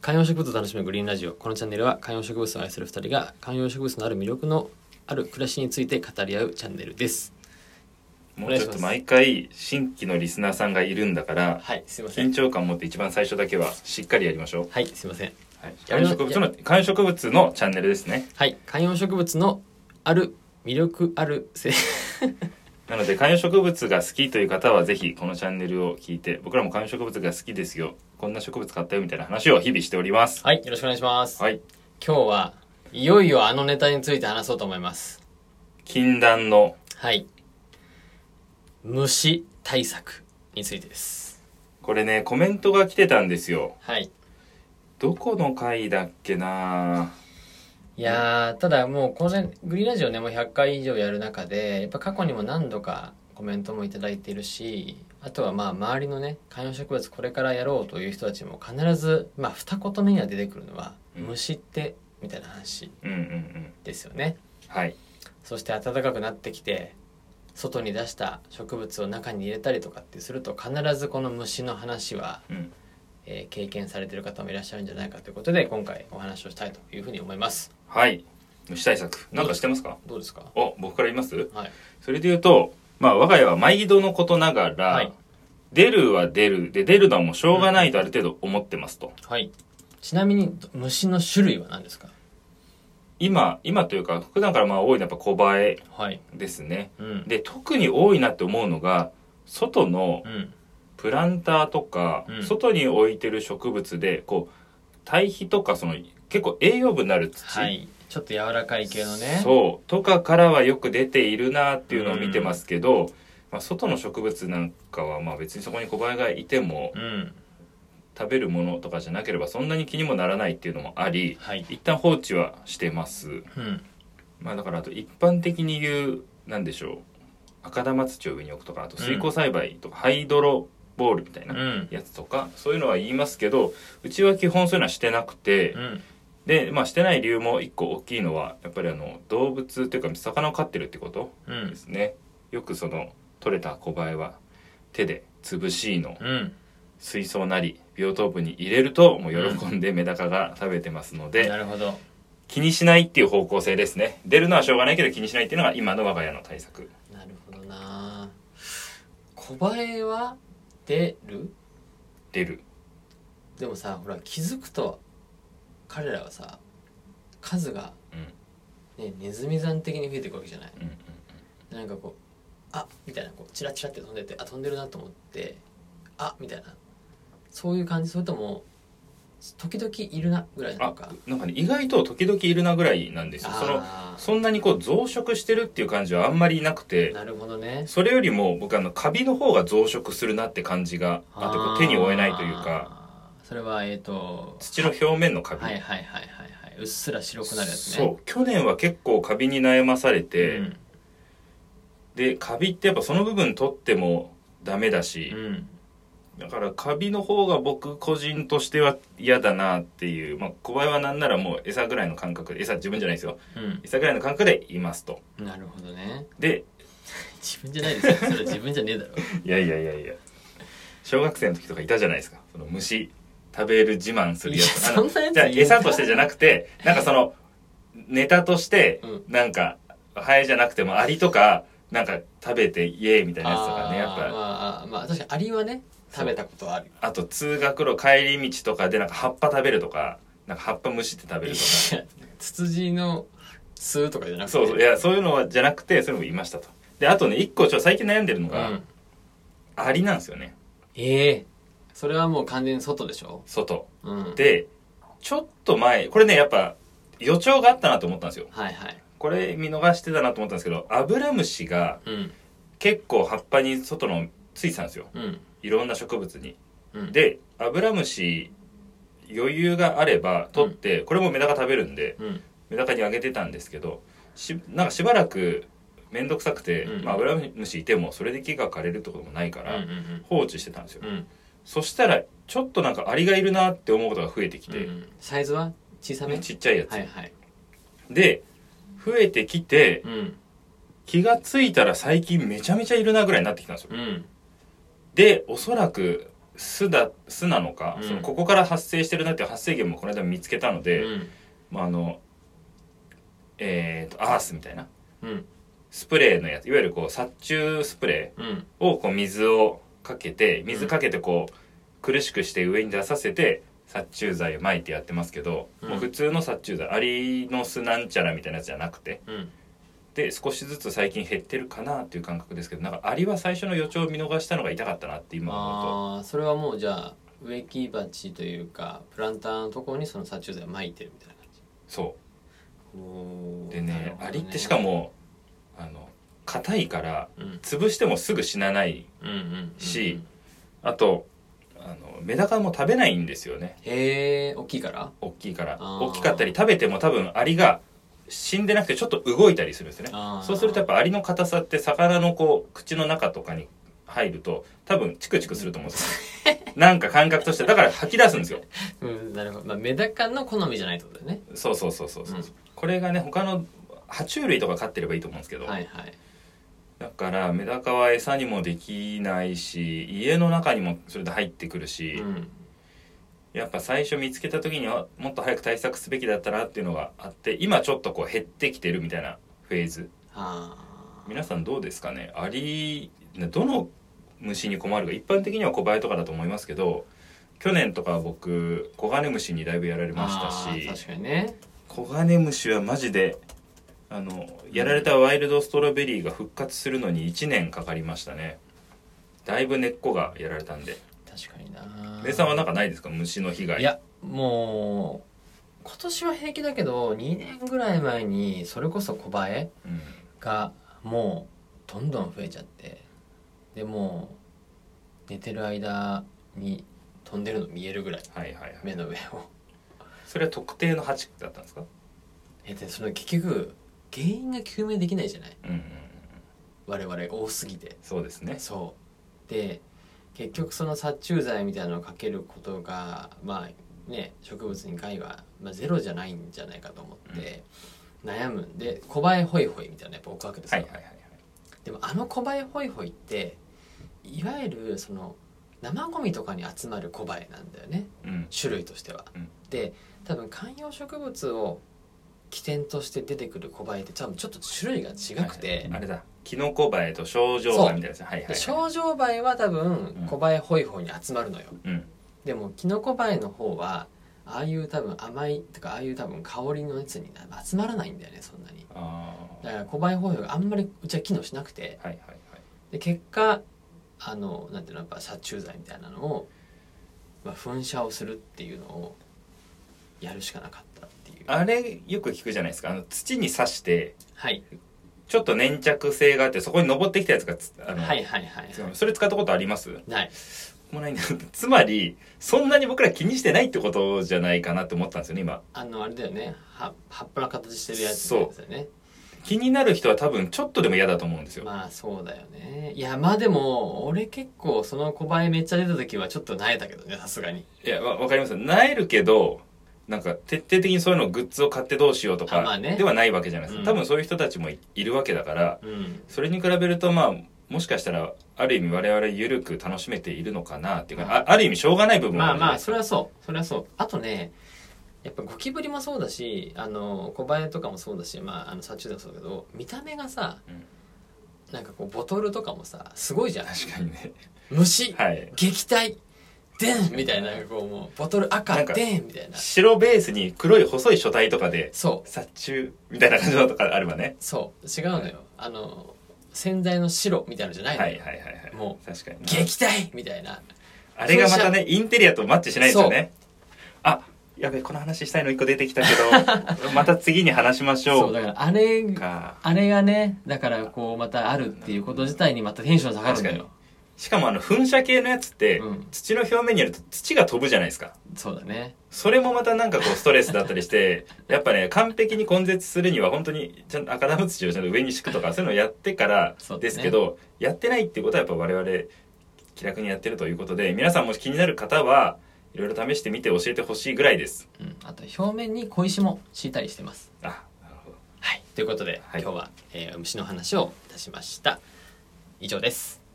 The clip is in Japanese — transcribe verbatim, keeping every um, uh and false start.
観葉植物を楽しむグリーンラジオ。このチャンネルは観葉植物を愛するふたりが観葉植物のある魅力のある暮らしについて語り合うチャンネルです。 もうちょっと毎回新規のリスナーさんがいるんだから、 はい、すいません。 緊張感持って一番最初だけはしっかりやりましょう。 はい、すいません。 はい、観葉植物の観葉植物のチャンネルですね。 はい、観葉植物のある魅力あるせなので観葉植物が好きという方はぜひこのチャンネルを聞いて、僕らも観葉植物が好きですよ、こんな植物買ったよみたいな話を日々しております。 はい、よろしくお願いします。 はい、 今日はいよいよあのネタについて話そうと思います。 禁断のはい虫対策についてです。 これね、コメントが来てたんですよ。 はい。 どこの回だっけな。 いやー、ただもうこのグリーンラジオね、もうひゃっかい以上やる中で、やっぱ過去にも何度かコメントもいただいているし、あとはまあ周りのね、観葉植物これからやろうという人たちも必ず、まあ二言目には出てくるのは、うん、虫ってみたいな話ですよね。 うんうんうん、はい。 そして暖かくなってきて、外に出した植物を中に入れたりとかってすると、必ずこの虫の話は、うんえー、経験されている方もいらっしゃるんじゃないかということで、今回お話をしたいというふうに思います。 はい、虫対策なんかしてますか？ どうですか？ お、僕から言います？ はい。 それで言うと、まあ我が家は毎度のことながら、はい、出るは出るで、出るのはもうしょうがないとある程度思ってますと、 うん、はい。ちなみに虫の種類は何ですか？ 今今というか普段からまあ多いのはやっぱ小バエですね、はい、うん、で特に多いなって思うのが外のプランターとか、うん、外に置いてる植物でこう堆肥とかその結構栄養分になる土、 はい、ちょっと柔らかい系のね、 そうとかからはよく出ているなっていうのを見てますけど、うん、まあ、外の植物なんかはまあ別にそこに小バエがいても、うん、食べるものとかじゃなければそんなに気にもならないっていうのもあり、はい、一旦放置はしてます、うん、まあだからあと一般的に言うなんでしょう、赤玉土を上に置くとか、あと水耕栽培とか、うん、ハイドロボールみたいなやつとか、うん、そういうのは言いますけど、うちは基本そういうのはしてなくて、うん、でまあしてない理由も一個大きいのはやっぱりあの動物っていうか魚を飼ってるってことですね、うん、よくその取れた小バエは手で潰しの、うん、水槽なりビオトープに入れるともう喜んでメダカが食べてますので、うん、 なるほど、 気にしないっていう方向性ですね。出るのはしょうがないけど気にしないっていうのが今の我が家の対策。 なるほどな。小バエは出る？ 出る。 でもさ、ほら気づくと彼らはさ、数が、うん、ね、ネズミ山的に増えていくわけじゃない、うんうんうん、なんかこうあみたいな、こうチラチラって飛んでて、あ飛んでるなと思ってあみたいな、そういう感じ？それとも時々いるなぐらいなのか？ なんかね、意外と時々いるなぐらいなんですよ。そのそんなにこう増殖してるっていう感じはあんまりなくて、 なるほどね。 それよりも僕あのカビの方が増殖するなって感じがあって、こう手に負えないというか、 それはえっ、ー、と土の表面のカビ、 はいはいはいはいはい、うっすら白くなるやつね。 そう、去年は結構カビに悩まされて、うん、でカビってやっぱその部分取ってもダメだし、うん、だからカビの方が僕個人としては嫌だなっていう、まあ小バエはなんならもう餌ぐらいの感覚で、餌自分じゃないですよ、うん、餌ぐらいの感覚でいますと。 なるほどね。 で自分じゃないですよ、それは自分じゃねえだろいやいやいやいや、小学生の時とかいたじゃないですか、その虫食べる自慢するやつ。あのじゃあ餌としてじゃなくて、なんかそのネタとして、うん、なんかハエじゃなくてもアリとかなんか食べてイエーイみたいなやつとかね、やっぱまあまあ確かにアリはね食べたことある。 あと通学路帰り道とかでなんか葉っぱ食べるとか、なんか葉っぱむしって食べるとかツツジの巣とかじゃなくて、 そうそう、いやそういうのはじゃなくて、そういうのもいましたと。であとね、一個ちょっと最近悩んでるのが、うん、アリなんですよね。 ええー、それはもう完全に外でしょ？ 外、うん、でちょっと前これね、やっぱ予兆があったなと思ったんですよ。 はいはい。 これ見逃してたなと思ったんですけど、アブラムシが結構葉っぱに外のついてたんですよ、うん、いろんな植物に、うん、でアブラムシ余裕があれば取って、うん、これもメダカ食べるんで、うん、メダカにあげてたんですけど、しなんかしばらくめんどくさくて、うん、まあ、アブラムシいてもそれで木が枯れるってこともないから、うんうんうん、放置してたんですよ、うん、そしたらちょっとなんかアリがいるなって思うことが増えてきて、うん、 サイズは小さめ？ ちっちゃいやつ、 はいはい、 で増えてきて、うん、気がついたら最近めちゃめちゃいるなぐらいになってきたんですよ、うん、でおそらく巣だ巣なのか、うん、そのここから発生してるなっていう発生源もこの間見つけたので、うん、まああのえーとアースみたいな、うん、スプレーのやつ、いわゆるこう殺虫スプレーをこう水をかけて水かけてこう苦しくして上に出させて殺虫剤を撒いてやってますけど、うん、もう普通の殺虫剤アリの巣なんちゃらみたいなやつじゃなくて、うん、で少しずつ最近減ってるかなっていう感覚ですけど、なんかアリは最初の予兆を見逃したのが痛かったなって今思うと。 あそれはもうじゃあ植木鉢というかプランターのところにその殺虫剤を撒いてるみたいな感じ。 そうで ね, ねアリってしかもあの硬いから潰してもすぐ死なないし、あとあのメダカも食べないんですよね。 へえ、大きいから大きいから大きかったり食べても多分アリが死んでなくてちょっと動いたりするんですよね。そうするとやっぱアリの硬さって魚のこう口の中とかに入ると多分チクチクすると思うんですよなんか感覚としてだから吐き出すんですようん、なるほど、まあ、メダカの好みじゃないってことだよね。 そうそうそうそうそう、うん、これがね他の爬虫類とか飼ってればいいと思うんですけど、 はいはい、 だからメダカは餌にもできないし家の中にもそれで入ってくるし、うん、やっぱ最初見つけた時にはもっと早く対策すべきだったなっていうのがあって、今ちょっとこう減ってきてるみたいなフェーズ。あ、皆さんどうですかね。アリどの虫に困るか、一般的にはコバエとかだと思いますけど、去年とかは僕コガネムシにだいぶやられましたし、 確かにね、 コガネムシはマジであのやられたワイルドストロベリーが復活するのにいちねんかかりましたね。だいぶ根っこがやられたんで。 確かにな。 レイさんはなんかないですか、虫の被害。 いやもう今年は平気だけどにねんぐらい前にそれこそコバエがもうどんどん増えちゃって、でもう寝てる間に飛んでるの見えるぐらい、はいはいはい、目の上を。 それは特定の蜂だったんですか。 えでその結局原因が究明できないじゃない、うんうんうん、我々多すぎて。 そうですね。 そうで結局その殺虫剤みたいなのをかけることがまあね植物に害は、まあ、ゼロじゃないんじゃないかと思って悩むんで、コバエホイホイみたいなのやっぱ置くわけですよ、はいはいはいはい、でもあのコバエホイホイっていわゆるその生ゴミとかに集まるコバエなんだよね、うん、種類としては、うん、で多分観葉植物を起点として出てくるコバエって多分ちょっと種類が違くて、はいはい、 あれだキノコバエとショウジョウバエみたいなやつ、はいはいはい、 ショウジョウバエは多分コバエホイホイに集まるのよ、うん、でもキノコバエの方はああいう多分甘いとかああいう多分香りのやつに集まらないんだよね、そんなに。あだからコバエホイホイがあんまりうちは機能しなくて、はいはいはい、で結果あのなんていうのやっぱ殺虫剤みたいなのを、まあ、噴射をするっていうのをやるしかなかったっていう。 あれよく聞くじゃないですか、あの土に刺して、はい、ちょっと粘着性があってそこに登ってきたやつがあの、はいはいはいはい、それ使ったことあります？ない。もうないんだつまりそんなに僕ら気にしてないってことじゃないかなって思ったんですよね今。 あのあれだよね、葉っぱの形してるやつですよね。 気になる人は多分ちょっとでも嫌だと思うんですよ。 まあそうだよね。いやまあでも俺結構そのコバエめっちゃ出た時はちょっと萎えたけどね、さすがに。 いや わ, わかります、萎えるけどなんか徹底的にそういうのグッズを買ってどうしようとかではないわけじゃないですか、ね、うん、多分そういう人たちも い, いるわけだから、うん、それに比べるとまあもしかしたらある意味我々緩く楽しめているのかなっていうか、うん、あ, ある意味しょうがない部分もあるじゃないですか。 まあまあそれはそうそれはそう。あとねやっぱゴキブリもそうだし、あのコバエとかもそうだし、まあ、あの殺虫剤もそうだけど見た目がさ、うん、なんかこうボトルとかもさすごいじゃん。 確かにね。 虫、はい、撃退でんみたいな、こうもうボトル赤でんみたいな白ベースに黒い細い書体とかでそう殺虫みたいな感じのとかあればね。 そう違うのよ、はい、あの洗剤の白みたいなのじゃないのよ、はいはいはいはい、もう確かに撃退みたいな。 あれがまたねインテリアとマッチしないですよね。あやべこの話したいのいっこ出てきたけどまた次に話しましょう。 そうだからあれがあれがねだからこうまたあるっていうこと自体にまたテンション下がるんだよ。 しかもあの噴射系のやつって、うん、土の表面にあると土が飛ぶじゃないですか。 そうだね。それもまたなんかこうストレスだったりしてやっぱね完璧に根絶するには本当にちゃんと赤玉土をちゃんと上に敷くとかそういうのをやってからですけど、ね、やってないっていうことはやっぱ我々気楽にやってるということで、皆さんもし気になる方はいろいろ試してみて教えてほしいぐらいです、 うん、あと表面に小石も敷いたりしてます。あ、なるほど。はい、ということで、はい、今日は、えー、虫の話をいたしました。以上です。